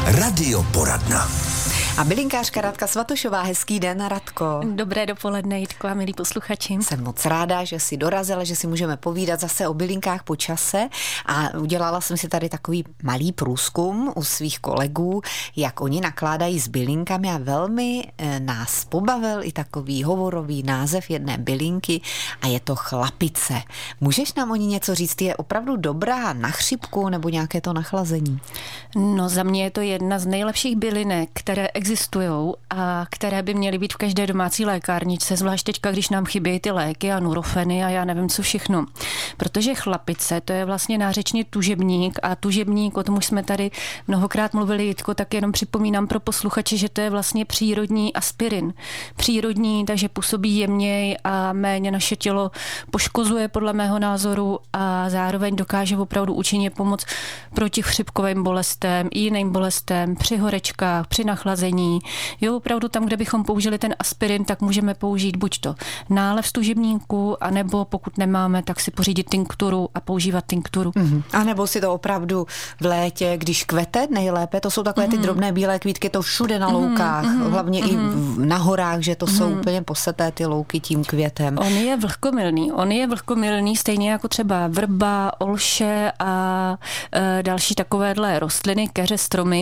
Radioporadna. A bylinkářka Radka Svatošová, hezký den, Radko. Dobré dopoledne, Jitko a milí posluchači. Jsem moc ráda, že jsi dorazila, že si můžeme povídat zase o bylinkách po čase a udělala jsem si tady takový malý průzkum u svých kolegů, jak oni nakládají s bylinkami a velmi nás pobavil i takový hovorový název jedné bylinky a je to chlapice. Můžeš nám o ní něco říct? Je opravdu dobrá na chřipku nebo nějaké to nachlazení? No, za mě je to jedna z nejlepších bylinek, které existují a které by měly být v každé domácí lékárničce, zvlášť teďka, když nám chybějí ty léky a nurofeny a já nevím co všechno. Protože chlapice, to je vlastně nářečně tužebník a tužebník, o tom už jsme tady mnohokrát mluvili, Jitko, tak jenom připomínám pro posluchače, že to je vlastně přírodní aspirin. Přírodní, takže působí jemněji a méně naše tělo poškozuje podle mého názoru a zároveň dokáže opravdu účinně pomoct proti chřipkovým bolestem i jiným bolestem, při horečkách, při nachlazení. Jo, opravdu tam, kde bychom použili ten aspirin, tak můžeme použít buď to nálev z tužebníku, anebo pokud nemáme, tak si pořídit tinkturu a používat tinkturu. A nebo si to opravdu v létě, když kvete nejlépe, to jsou takové ty drobné bílé kvítky, to všude na loukách, hlavně i na horách, že to jsou úplně poseté ty louky tím květem. On je vlhkomilný, stejně jako třeba vrba, olše a další takovéhle rostliny, keře, stromy.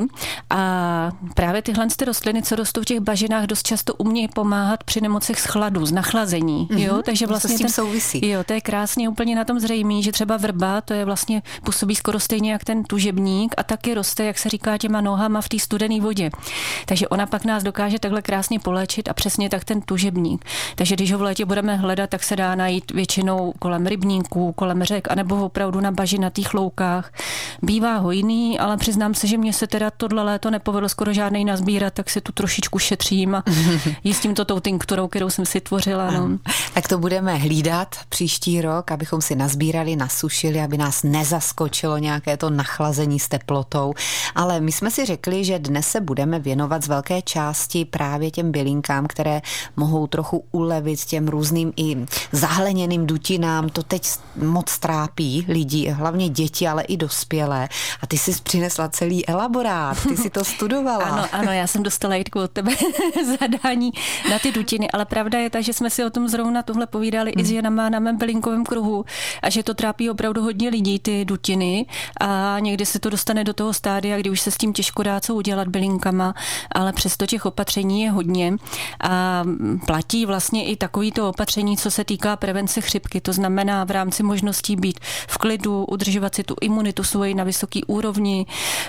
A právě tyhle rostliny, co rostou v těch bažinách, dost často umějí pomáhat při nemocech z chladu, z nachlazení. Jo? Takže vlastně s tím souvisí. Jo, to je krásně úplně na tom zřejmý, že třeba vrba, to je vlastně působí skoro stejně jak ten tužebník a taky roste, jak se říká, těma nohama v té studené vodě. Takže ona pak nás dokáže takhle krásně poléčit a přesně tak ten tužebník. Takže když ho v létě budeme hledat, tak se dá najít většinou kolem rybníků, kolem řek, anebo opravdu na bažinatých loukách. Bývá hojný, ale přiznám se, že mě se teda tohle léto nepovedlo skoro žádnej nazbírat, tak si tu trošičku šetřím a jistím to tou tinkturou, kterou jsem si tvořila. No. Tak to budeme hlídat příští rok, abychom si nazbírali, nasušili, aby nás nezaskočilo nějaké to nachlazení s teplotou. Ale my jsme si řekli, že dnes se budeme věnovat z velké části právě těm bylinkám, které mohou trochu ulevit těm různým i zahleněným dutinám. To teď moc trápí lidi, hlavně děti, ale i dospělé. A ty jsi přinesla celý elaborát, ty si to studovala. Ano, já jsem dostala, Jitku, od tebe zadání na ty dutiny, ale pravda je ta, že jsme si o tom zrovna tohle povídali i s ženama na mém bylinkovém kruhu a že to trápí opravdu hodně lidí, ty dutiny, a někdy se to dostane do toho stádia, kdy už se s tím těžko dá co udělat bylinkama, ale přesto těch opatření je hodně a platí vlastně i takovýto opatření, co se týká prevence chřipky, to znamená v rámci možností být v klidu, udržovat si tu imunitu svoji na vysoký úrovni,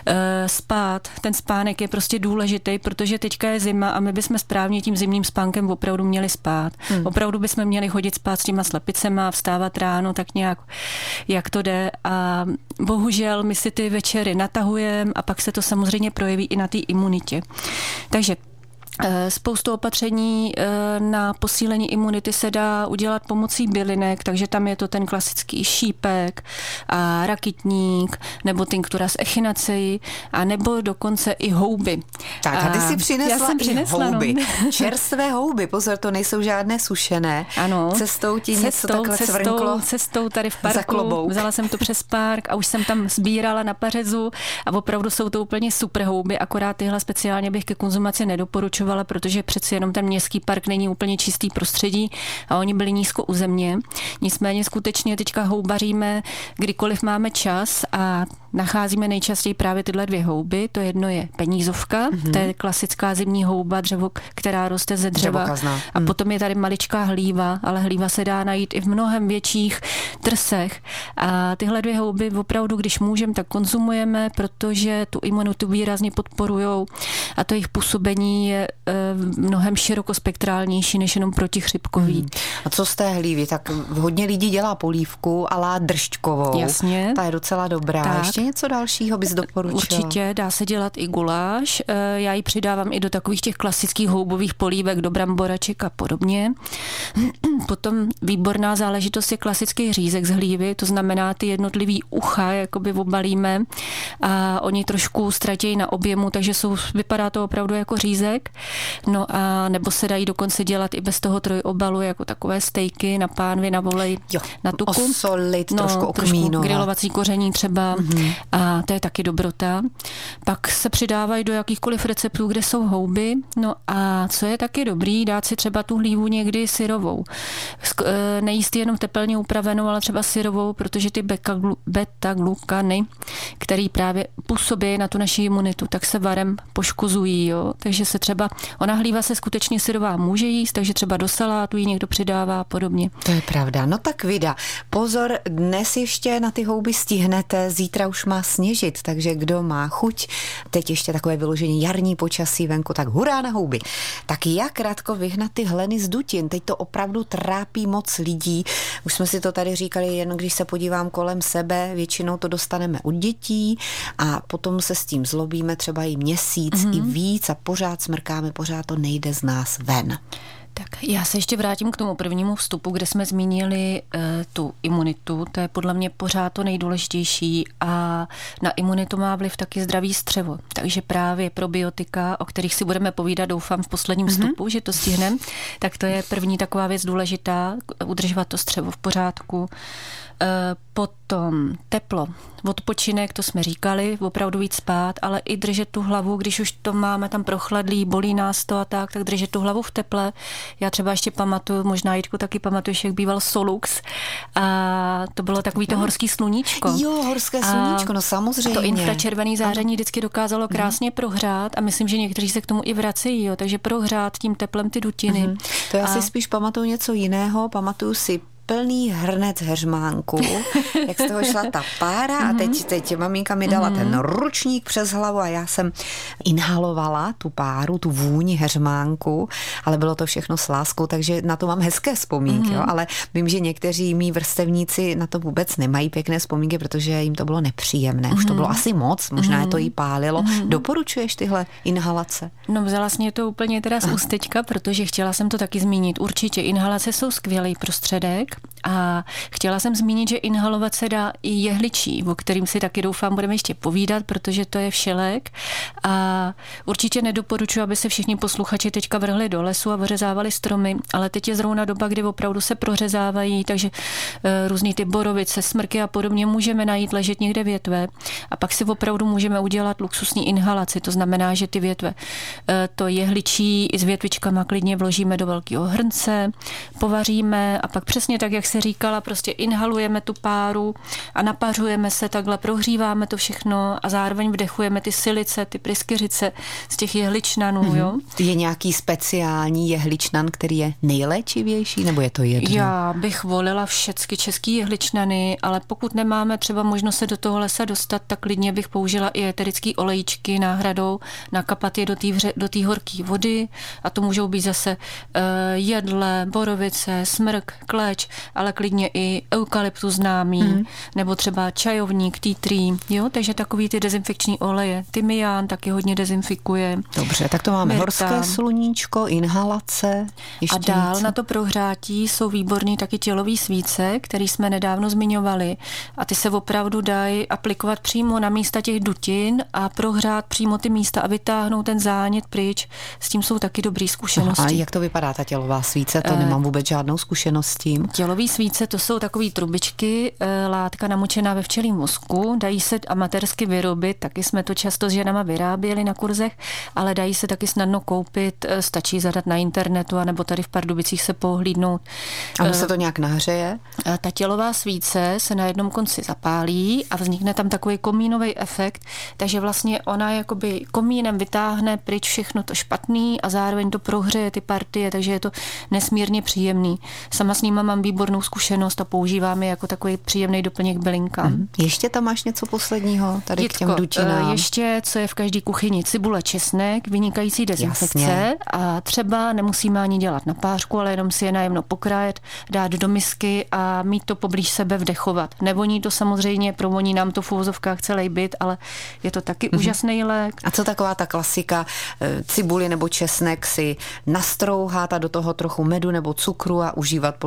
spát. Ten spánek je prostě důležitý, protože teďka je zima a my bychom správně tím zimním spánkem opravdu měli spát. Opravdu bychom měli chodit spát s těma slepicema, vstávat ráno tak nějak, jak to jde, a bohužel my si ty večery natahujeme a pak se to samozřejmě projeví i na té imunitě. Takže spoustu opatření na posílení imunity se dá udělat pomocí bylinek, takže tam je to ten klasický šípek a rakitník, nebo tinktura z echinaceí, a nebo dokonce i houby. Tak a ty si přinesla houby. No. Čerstvé houby, pozor, to nejsou žádné sušené. Ano. Cestou ti něco takhle cvrnklo. Cestou tady v parku. Vzala jsem to přes park a už jsem tam sbírala na pařezu a opravdu jsou to úplně super houby, akorát tyhle speciálně bych ke konzumaci nedoporučovala, protože přeci jenom ten městský park není úplně čistý prostředí a oni byli nízko u země. Nicméně skutečně teďka houbaříme, kdykoliv máme čas, a nacházíme nejčastěji právě tyhle dvě houby. To jedno je penízovka, to je klasická zimní houba, dřevo, která roste ze dřeva. A potom je tady maličká hlíva, ale hlíva se dá najít i v mnohem větších trsech. A tyhle dvě houby opravdu, když můžeme, tak konzumujeme, protože tu imunitu výrazně podporujou a to jejich působení je mnohem širokospektrálnější než jenom protichřipkový. A co z té hlívy? Tak hodně lidí dělá polívku a lá držďkovou. Jasně. Ta je docela dobrá. Tak. Ještě něco dalšího bys doporučila? Určitě, dá se dělat i guláš. Já ji přidávám i do takových těch klasických houbových polívek, do bramboraček a podobně. Potom výborná záležitost je klasický řízek z hlívy, to znamená ty jednotlivý ucha, jakoby obalíme a oni trošku ztratějí na objemu, takže vypadá to opravdu jako řízek. No a nebo se dají dokonce dělat i bez toho trojobalu, jako takové stejky na pánvi, na volej, na tuku. Osolit, trošku okmínovat. Grilovací koření třeba. A to je taky dobrota. Pak se přidávají do jakýchkoliv receptů, kde jsou houby. No a co je taky dobrý, dát si třeba tu hlívu někdy syrovou. Nejíst jenom tepelně upravenou, ale třeba syrovou, protože ty beta-glukany, který právě působí na tu naši imunitu, tak se varem poškozují. Jo? Takže se třeba, ona hlíva se skutečně syrová může jíst, takže třeba do salátu ji někdo přidává a podobně. To je pravda. No tak Vida, pozor, dnes ještě na ty houby stihnete, zítra už má sněžit, takže kdo má chuť, teď ještě takové vyložení jarní počasí venku, tak hurá na houby. Tak jak, Radko, vyhnat ty hleny z dutin? Teď to opravdu trápí moc lidí. Už jsme si to tady říkali, jen když se podívám kolem sebe, většinou to dostaneme od dětí a potom se s tím zlobíme třeba i měsíc, i víc a pořád smrkáme, pořád to nejde z nás ven. Tak já se ještě vrátím k tomu prvnímu vstupu, kde jsme zmínili tu imunitu. To je podle mě pořád to nejdůležitější a na imunitu má vliv taky zdravý střevo. Takže právě probiotika, o kterých si budeme povídat, doufám v posledním vstupu, že to stihneme, tak to je první taková věc důležitá, udržovat to střevo v pořádku. Potom teplo, odpočinek, to jsme říkali, opravdu víc spát, ale i držet tu hlavu, když už to máme tam prochladlý, bolí nás to a tak držet tu hlavu v teple. Já třeba ještě pamatuju, možná Jitku taky pamatuješ, jak býval Solux a to bylo takový to horský sluníčko. Jo, horské sluníčko, no samozřejmě. To infračervený záření vždycky dokázalo krásně prohřát a myslím, že někteří se k tomu i vracejí, jo, takže prohřát tím teplem ty dutiny. To já si spíš pamatuju něco jiného, pamatuju si plný hrnec heřmánku, jak z toho šla ta pára a teď maminka mi dala ten ručník přes hlavu a já jsem inhalovala tu páru, tu vůni heřmánku, ale bylo to všechno s láskou, takže na to mám hezké vzpomínky, jo? Ale vím, že někteří mý vrstevníci na to vůbec nemají pěkné vzpomínky, protože jim to bylo nepříjemné. Už to bylo asi moc, možná je to jí pálilo. Doporučuješ tyhle inhalace? No vzala jsi mě to úplně teda z ústečka, protože chtěla jsem to taky zmínit. Určitě inhalace jsou skvělý prostředek a chtěla jsem zmínit, že inhalovat se dá i jehličí, o kterým si taky doufám budeme ještě povídat, protože to je všelek a určitě nedoporučuji, aby se všichni posluchači teďka vrhli do lesu a vyřezávali stromy, ale teď je zrovna doba, kdy opravdu se prořezávají, takže různý ty borovice, smrky a podobně můžeme najít ležet někde větve a pak si opravdu můžeme udělat luxusní inhalaci, to znamená, že ty větve, to jehličí i s větvičkama klidně vložíme do velkého hrnce, povaříme a pak přesně tak, jak se říkala, prostě inhalujeme tu páru a napařujeme se takhle, prohříváme to všechno a zároveň vdechujeme ty silice, ty pryskyřice z těch jehličnanů, jo. Je nějaký speciální jehličnan, který je nejléčivější, nebo je to jedno? Já bych volila všechny český jehličnany, ale pokud nemáme třeba možnost se do toho lesa dostat, tak klidně bych použila i eterický olejčky náhradou, nakapat je do té horké vody a to můžou být zase jedle, borovice, smrk, kleč, ale klidně i eukalyptus známý, nebo třeba čajovník, tea tree, jo, takže takový ty dezinfekční oleje. Tymián taky hodně dezinfikuje. Dobře, tak to máme horské sluníčko, inhalace. A dál něco? Na to prohřátí jsou výborný taky tělový svíce, který jsme nedávno zmiňovali a ty se opravdu dají aplikovat přímo na místa těch dutin a prohřát přímo ty místa a vytáhnout ten zánět pryč. S tím jsou taky dobrý zkušenosti. A jak to vypadá ta tělová svíce? To nemám vůbec žádnou zkušenost s tím. Tělový svíce, to jsou takové trubičky, látka namočená ve včelím mozku, dají se amatérsky vyrobit, taky jsme to často s ženama vyráběli na kurzech, ale dají se taky snadno koupit, stačí zadat na internetu, anebo tady v Pardubicích se pohlídnout. A se to nějak nahřeje? Ta tělová svíce se na jednom konci zapálí a vznikne tam takový komínový efekt, takže vlastně ona jakoby komínem vytáhne pryč všechno to špatný a zároveň to prohřeje ty partie, takže je to nesmírně příjemný. Sama s nima mám výbornou zkušenost a používám je jako takový příjemný doplněk bylinkám. Ještě tam máš něco posledního tady Jitko, k těm dutinám? Ještě, co je v každé kuchyni, cibule, česnek, vynikající dezinfekce. Jasně. A třeba nemusíme ani dělat na pářku, ale jenom si je najemno pokrájet, dát do misky a mít to poblíž sebe vdechovat. Nevoní to samozřejmě, provoní nám to v uvozovkách celý byt, ale je to taky úžasný lék. A co taková ta klasika, cibuli nebo česnek si nastrouhat a do toho trochu medu nebo cukru a užívat po lžičkách?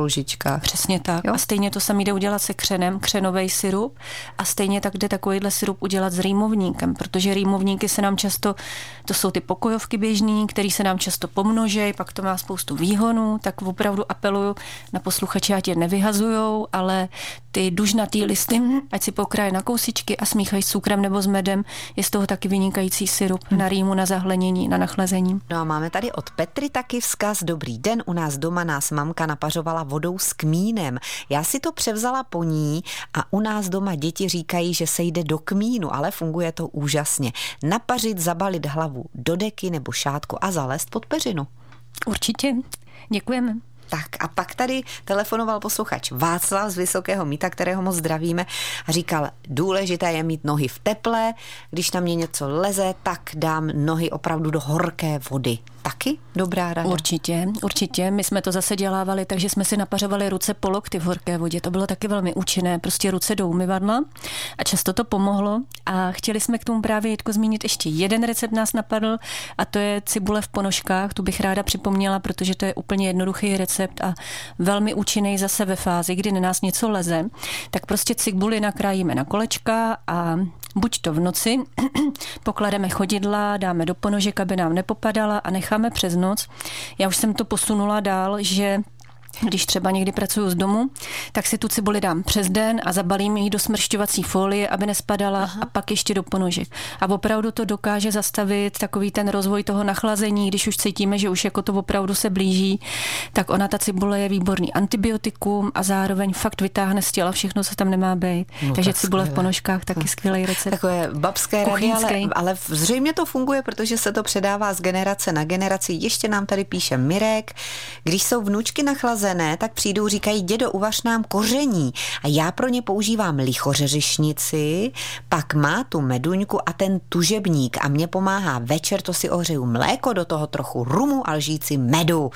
položkách. Přesně tak. Jo? A stejně to samé jde udělat se křenem, křenovej syrup, a stejně tak jde takovýhle syrup udělat s rýmovníkem, protože rýmovníky se nám často, to jsou ty pokojovky běžný, který se nám často pomnožejí, pak to má spoustu výhonů, tak opravdu apeluju na posluchače, ať je nevyhazujou, ale ty dužnatý listy, ať si pokrají na kousičky a smíchají s cukrem nebo s medem, je z toho taky vynikající syrup na rýmu, na zahlenění, na nachlazení. No a máme tady od Petry taky vzkaz. Dobrý den, u nás doma nás mamka napařovala vodou s kmínem. Já si to převzala po ní a u nás doma děti říkají, že se jde do kmínu, ale funguje to úžasně. Napařit, zabalit hlavu do deky nebo šátku a zalézt pod peřinu. Určitě. Děkujeme. Tak a pak tady telefonoval posluchač Václav z Vysokého Mýta, kterého moc zdravíme, a říkal, důležité je mít nohy v teple, když na mě něco leze, tak dám nohy opravdu do horké vody. Taky dobrá rada? Určitě. My jsme to zase dělávali, takže jsme si napařovali ruce po lokty v horké vodě. To bylo taky velmi účinné, prostě ruce do umyvadla a často to pomohlo. A chtěli jsme k tomu právě, Jitko, zmínit ještě jeden recept nás napadl, a to je cibule v ponožkách. Tu bych ráda připomněla, protože to je úplně jednoduchý recept a velmi účinný zase ve fázi, kdy na nás něco leze. Tak prostě cibuli nakrájíme na kolečka a buď to v noci poklademe chodidla, dáme do ponožek, aby nám nepopadala, a necháme přes noc. Já už jsem to posunula dál, že když třeba někdy pracuju z domu, tak si tu cibuli dám přes den a zabalím ji do smršťovací folie, aby nespadala. Aha. A pak ještě do ponožek. A opravdu to dokáže zastavit takový ten rozvoj toho nachlazení, když už cítíme, že už jako to opravdu se blíží, tak ona, ta cibule, je výborný antibiotikum a zároveň fakt vytáhne z těla všechno, co tam nemá být. No, takže cibule v ponožkách taky skvělý recept. Takové babské rady, ale zřejmě to funguje, protože se to předává z generace na generaci. Ještě nám tady píše Mirek, když jsou vnučky nachlazené, tak přijdou, říkají, dědo, uvař nám koření. A já pro ně používám lichořeřišnici, pak má tu meduňku a ten tužebník a mě pomáhá večer, to si ohřeju mléko, do toho trochu rumu a lžíci medu.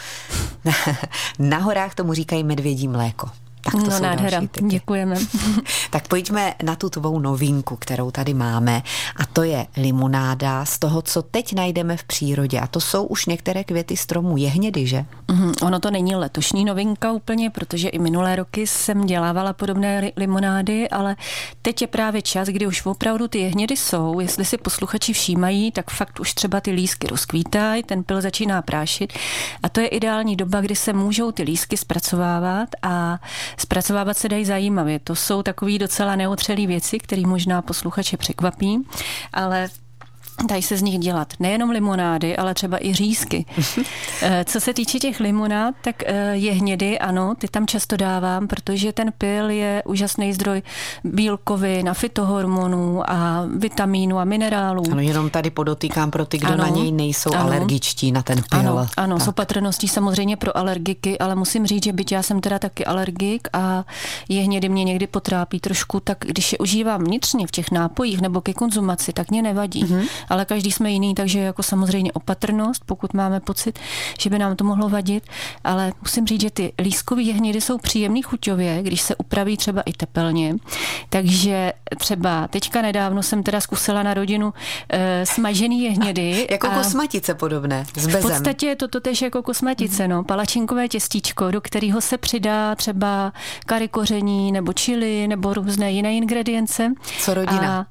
Na horách tomu říkají medvědí mléko. Tak to jsou nádhera, děkujeme. Tak pojďme na tu tvou novinku, kterou tady máme, a to je limonáda z toho, co teď najdeme v přírodě, a to jsou už některé květy stromů jehnědy, že? Ono to není letošní novinka úplně, protože i minulé roky jsem dělávala podobné limonády, ale teď je právě čas, kdy už opravdu ty jehnědy jsou, jestli si posluchači všímají, tak fakt už třeba ty lístky rozkvítají, ten pyl začíná prášit, a to je ideální doba, kdy se můžou ty lístky zpracovávat, a zpracovávat se dají zajímavě. To jsou takový docela neotřelý věci, které možná posluchače překvapí, ale dají se z nich dělat nejenom limonády, ale třeba i řízky. Co se týče těch limonád, tak jehnědy, ano, ty tam často dávám, protože ten pyl je úžasný zdroj bílkovin a fytohormonů a vitamínů a minerálů. Ano, jenom tady podotýkám pro ty, kdo na něj nejsou alergičtí, na ten pyl. Ano, s opatrností samozřejmě pro alergiky, ale musím říct, že byť já jsem teda taky alergik a jehnědy mě někdy potrápí trošku, tak když je užívám vnitřně v těch nápojích nebo ke konzumaci, tak mě nevadí. Ale každý jsme jiný, takže jako samozřejmě opatrnost, pokud máme pocit, že by nám to mohlo vadit, ale musím říct, že ty lískové jehnědy jsou příjemný chuťově, když se upraví třeba i tepelně. Takže třeba teďka nedávno jsem teda zkusila na rodinu smažený jehnědy. Jako kosmatice podobné, s bezem. V podstatě je to totéž jako kosmatice, palačinkové těstíčko, do kterého se přidá třeba kari koření nebo chili nebo různé jiné ingredience. Co rodina?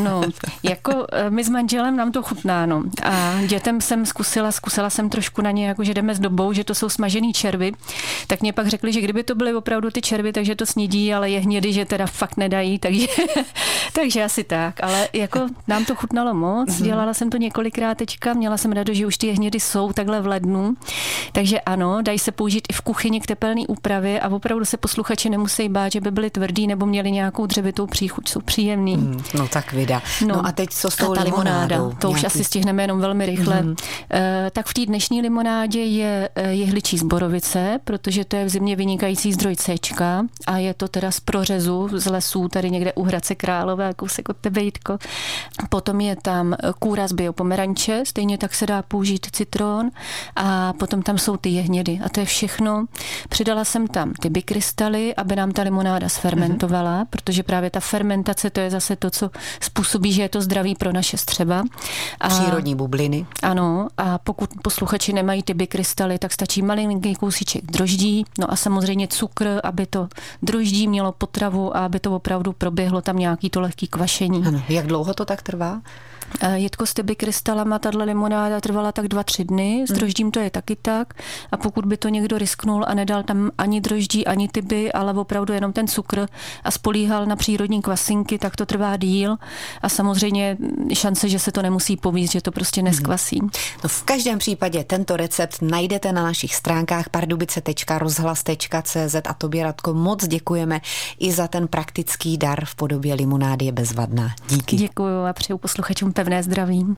Jako my s manželem nám to chutná, A dětem jsem zkusila jsem trošku na ně, jako že jdeme s dobou, že to jsou smažený červy, tak mě pak řekli, že kdyby to byly opravdu ty červy, takže to snídí, ale jehnědy, že teda fakt nedají, takže asi tak, ale jako nám to chutnalo moc, dělala jsem to několikrát teďka, měla jsem radost, že už ty jehnědy jsou takhle v lednu, takže ano, dají se použít i v kuchyni k tepelné úpravě a opravdu se posluchači nemusí bát, že by byli tvrdý nebo měli nějakou dřevitou příchuť, jsou příjemný. No tak vida. No a teď co s tou limonádou? To už asi stihneme jenom velmi rychle. Tak v té dnešní limonádě je jehličí z borovice, protože to je v zimě vynikající zdroj Cčka a je to teda z prořezu z lesů, tady někde u Hradce Králové, kousek od tebe, Jitko. Potom je tam kůra z biopomeranče, stejně tak se dá použít citron a potom tam jsou ty jehnědy a to je všechno. Přidala jsem tam ty bikrystaly, aby nám ta limonáda sfermentovala, protože právě ta fermentace to je zase to, co způsobí, že je to zdravý pro naše střeva. Přírodní bubliny. Ano, a pokud posluchači nemají ty bykrystaly, tak stačí malinký kousíček droždí, no a samozřejmě cukr, aby to droždí mělo potravu a aby to opravdu proběhlo tam nějaký to lehký kvašení. Ano. Jak dlouho to tak trvá? Jitko s bykrystalama, tato limonáda trvala tak 2-3 dny, s droždím to je taky tak a pokud by to někdo risknul a nedal tam ani droždí, ani tyby, ale opravdu jenom ten cukr a spolíhal na přírodní kvasinky, tak to trvá díl a samozřejmě šance, že se to nemusí povíct, že to prostě neskvasí. No v každém případě tento recept najdete na našich stránkách pardubice.rozhlas.cz a tobě, Radko, moc děkujeme i za ten praktický dar v podobě limonády je bezvadná. Díky. Děkuju a přeju posluchačům pevné zdraví.